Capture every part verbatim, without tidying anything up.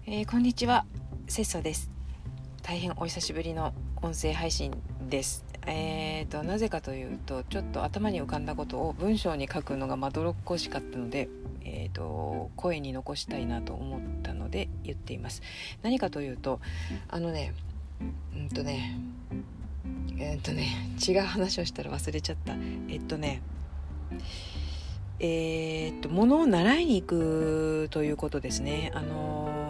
えー、こんにちは、セッソです。大変お久しぶりの音声配信です。えーとなぜかというと、ちょっと頭に浮かんだことを文章に書くのがまどろっこしかったので、えーと声に残したいなと思ったので言っています。何かというと、あのねうんとねえー、っとね違う話をしたら忘れちゃった。えっとねえー、っと物を習いに行くということですね。あの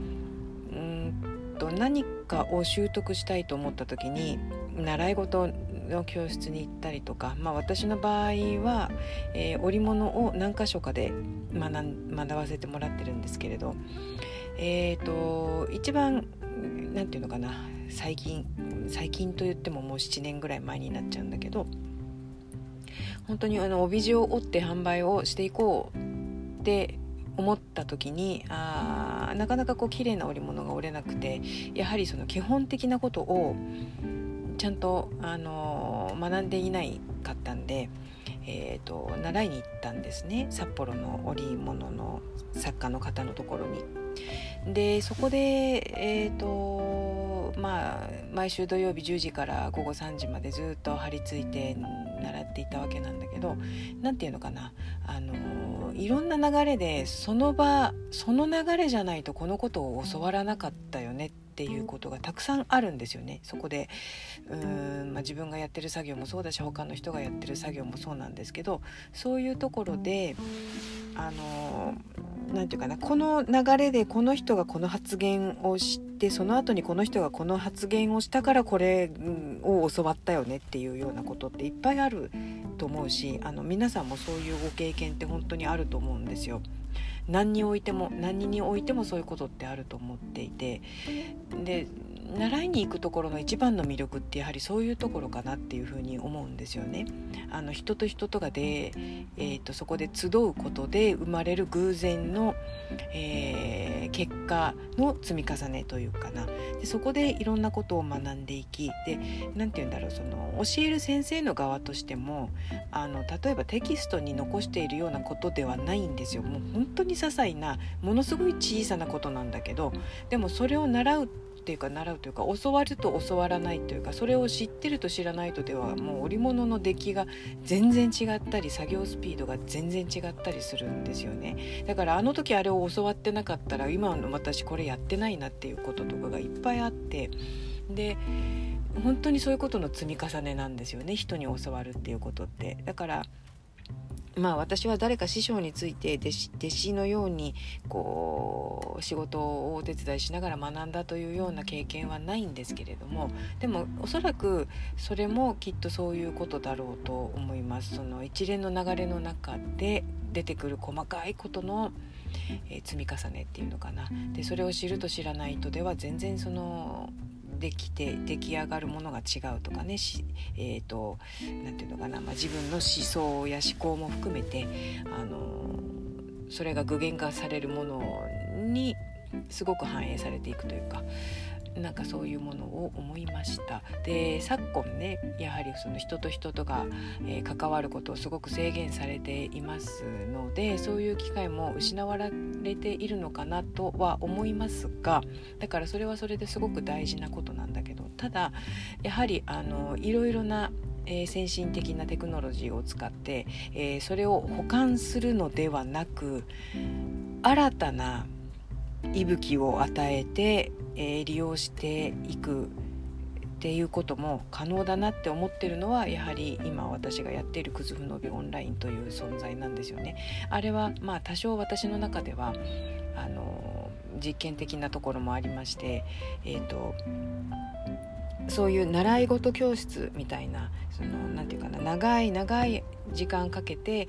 何かを習得したいと思った時に習い事の教室に行ったりとか、まあ、私の場合は、えー、織物を何か所かで学ん学ばせてもらってるんですけれど、えーと一番なんていうのかな最近最近と言ってももうななねんぐらい前になっちゃうんだけど、本当にあの帯地を折って販売をしていこうって思った時に、あなかなかこう綺麗な織物が織れなくて、やはりその基本的なことをちゃんと、あのー、学んでいないかったんで、えーと、習いに行ったんですね。札幌の織物の作家の方のところに。でそこで、えーとまあ、毎週土曜日じゅうじからごごさんじまでずっと張り付いて習っていたわけなんだけど、なんていうのかな、あのいろんな流れでその場その流れじゃないとこのことを教わらなかったよねっていうことがたくさんあるんですよね。そこでうーん、まあ、自分がやってる作業もそうだし、他の人がやってる作業もそうなんですけど、そういうところであのなんていうかな、この流れでこの人がこの発言をして、その後にこの人がこの発言をしたからこれを教わったよねっていうようなことっていっぱいあると思うし、あの皆さんもそういうご経験って本当にあると思うんですよ。何においても何においてもそういうことってあると思っていて、で習いに行くところの一番の魅力ってやはりそういうところかなっていうふうに思うんですよね。あの人と人とがで、えー、とそこで集うことで生まれる偶然の、えー、結果の積み重ねというかな。でそこでいろんなことを学んでいき、でなんて言うんだろう、その教える先生の側としても、あの例えばテキストに残しているようなことではないんですよ。もう本当に些細なものすごい小さなことなんだけど、でもそれを習うっていうか習うというか教わると教わらないというか、それを知ってると知らないとではもう織物の出来が全然違ったり、作業スピードが全然違ったりするんですよね。だからあの時あれを教わってなかったら今の私これやってないなっていうこととかがいっぱいあって、で本当にそういうことの積み重ねなんですよね、人に教わるっていうことって。だからまあ私は誰か師匠について弟子、弟子のようにこう仕事をお手伝いしながら学んだというような経験はないんですけれども、でもおそらくそれもきっとそういうことだろうと思います。その一連の流れの中で出てくる細かいことの、えー、積み重ねっていうのかな。でそれを知ると知らないとでは全然そのできて出来上がるものが違うとかね、しえーとなんていうのかな、まあ、自分の思想や思考も含めて、あのそれが具現化されるものにすごく反映されていくというか、なんかそういうものを思いました。で昨今ね、やはりその人と人とが、えー、関わることをすごく制限されていますので、そういう機会も失われているのかなとは思いますが、だからそれはそれですごく大事なことなんだけど、ただやはりあのいろいろなえー、先進的なテクノロジーを使って、えー、それを補完するのではなく、新たな息吹を与えて、えー、利用していくっていうことも可能だなって思ってるのは、やはり今私がやっているクズフノビオンラインという存在なんですよね。あれはまあ多少私の中ではあの実験的なところもありまして、えーとそういう習い事教室みたいな、そのなんていうかな、長い長い時間かけて、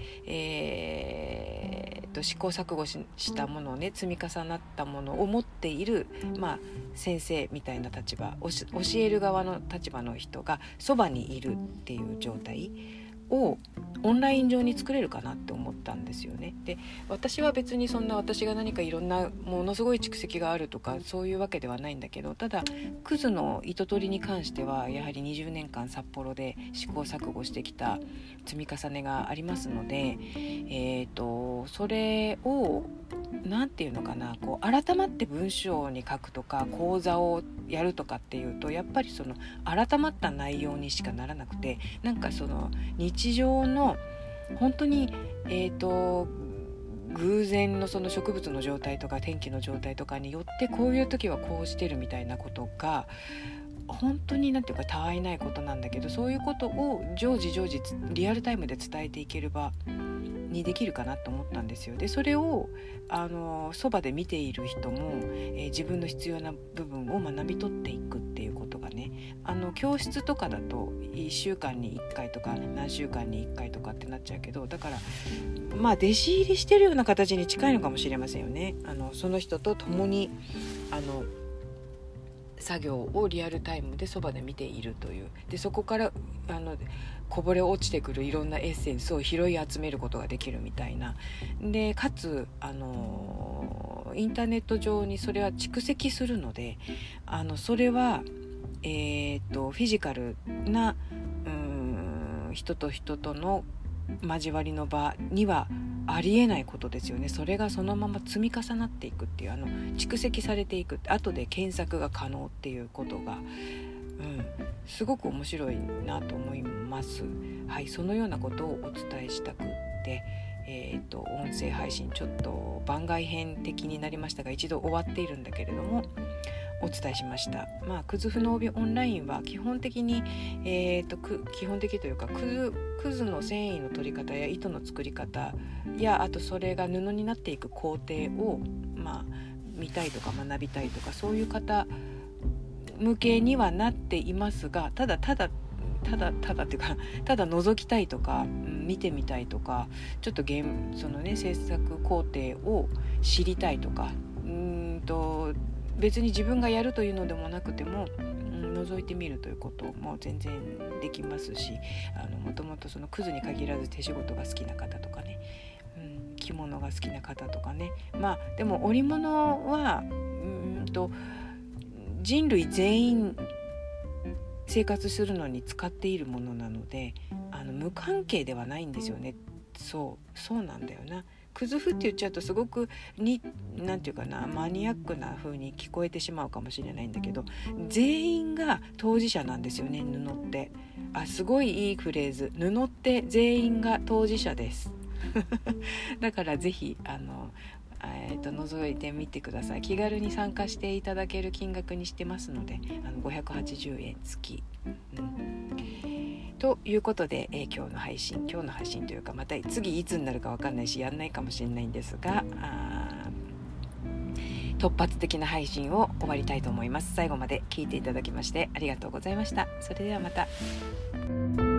えー、と試行錯誤 し, したものをね、積み重なったものを持っている、まあ、先生みたいな立場、教える側の立場の人がそばにいるっていう状態をオンライン上に作れるかなって思ったんですよね。で私は別にそんな私が何かいろんなものすごい蓄積があるとかそういうわけではないんだけど、ただクズの糸取りに関してはやはりにじゅうねんかん札幌で試行錯誤してきた積み重ねがありますので、えーと、それをなんていうのかな、こう改まって文章に書くとか講座をやるとかっていうと、やっぱりその改まった内容にしかならなくて、なんかその日常の本当にえっと偶然のその植物の状態とか天気の状態とかによってこういう時はこうしてるみたいなことが本当になんていうかたわいないことなんだけど、そういうことを常時常時リアルタイムで伝えていければにできるかなと思ったんですよ。でそれをあのそばで見ている人も、えー、自分の必要な部分を学び取っていくっていうことがね、あの教室とかだといっしゅうかんにいっかいとか何週間にいっかいとかってなっちゃうけど、だからまあ弟子入りしてるような形に近いのかもしれませんよね。あのその人と共にあの作業をリアルタイムでそばで見ているという、でそこからあのこぼれ落ちてくるいろんなエッセンスを拾い集めることができるみたいな。でかつあのインターネット上にそれは蓄積するので、あのそれは、えー、とフィジカルなうーん人と人との交わりの場にはありえないことですよね。それがそのまま積み重なっていくっていう、あの蓄積されていく、後で検索が可能っていうことが、うん、すごく面白いなと思います。はい、そのようなことをお伝えしたくって、えーと、音声配信ちょっと番外編的になりましたが、一度終わっているんだけれどもお伝えしました。まあ、くずふの帯オンラインは基本的に、えーと、く基本的というかくず、くずの繊維の取り方や糸の作り方や、あとそれが布になっていく工程を、まあ、見たいとか学びたいとかそういう方向けにはなっていますが、ただただただただっていうかただ覗きたいとか、うん、見てみたいとか、ちょっとゲームそのね制作工程を知りたいとか、うーんと別に自分がやるというのでもなくても、うん、覗いてみるということも全然できますし、あのもともとそのクズに限らず手仕事が好きな方とかね、うん、着物が好きな方とかね、まあでも織物はうんと人類全員生活するのに使っているものなので、あの無関係ではないんですよね。そうそうなんだよな。クズフって言っちゃうとすごくになんていうかな、マニアックな風に聞こえてしまうかもしれないんだけど、全員が当事者なんですよね。布ってあすごいいいフレーズ、布って全員が当事者ですだからぜひあのえー、と覗いてみてください。気軽に参加していただける金額にしてますので、あのごひゃくはちじゅうえん付き、うん、ということで、えー、今日の配信今日の配信というか、また次いつになるか分かんないしやんないかもしれないんですが、あ突発的な配信を終わりたいと思います。最後まで聞いていただきましてありがとうございました。それではまた。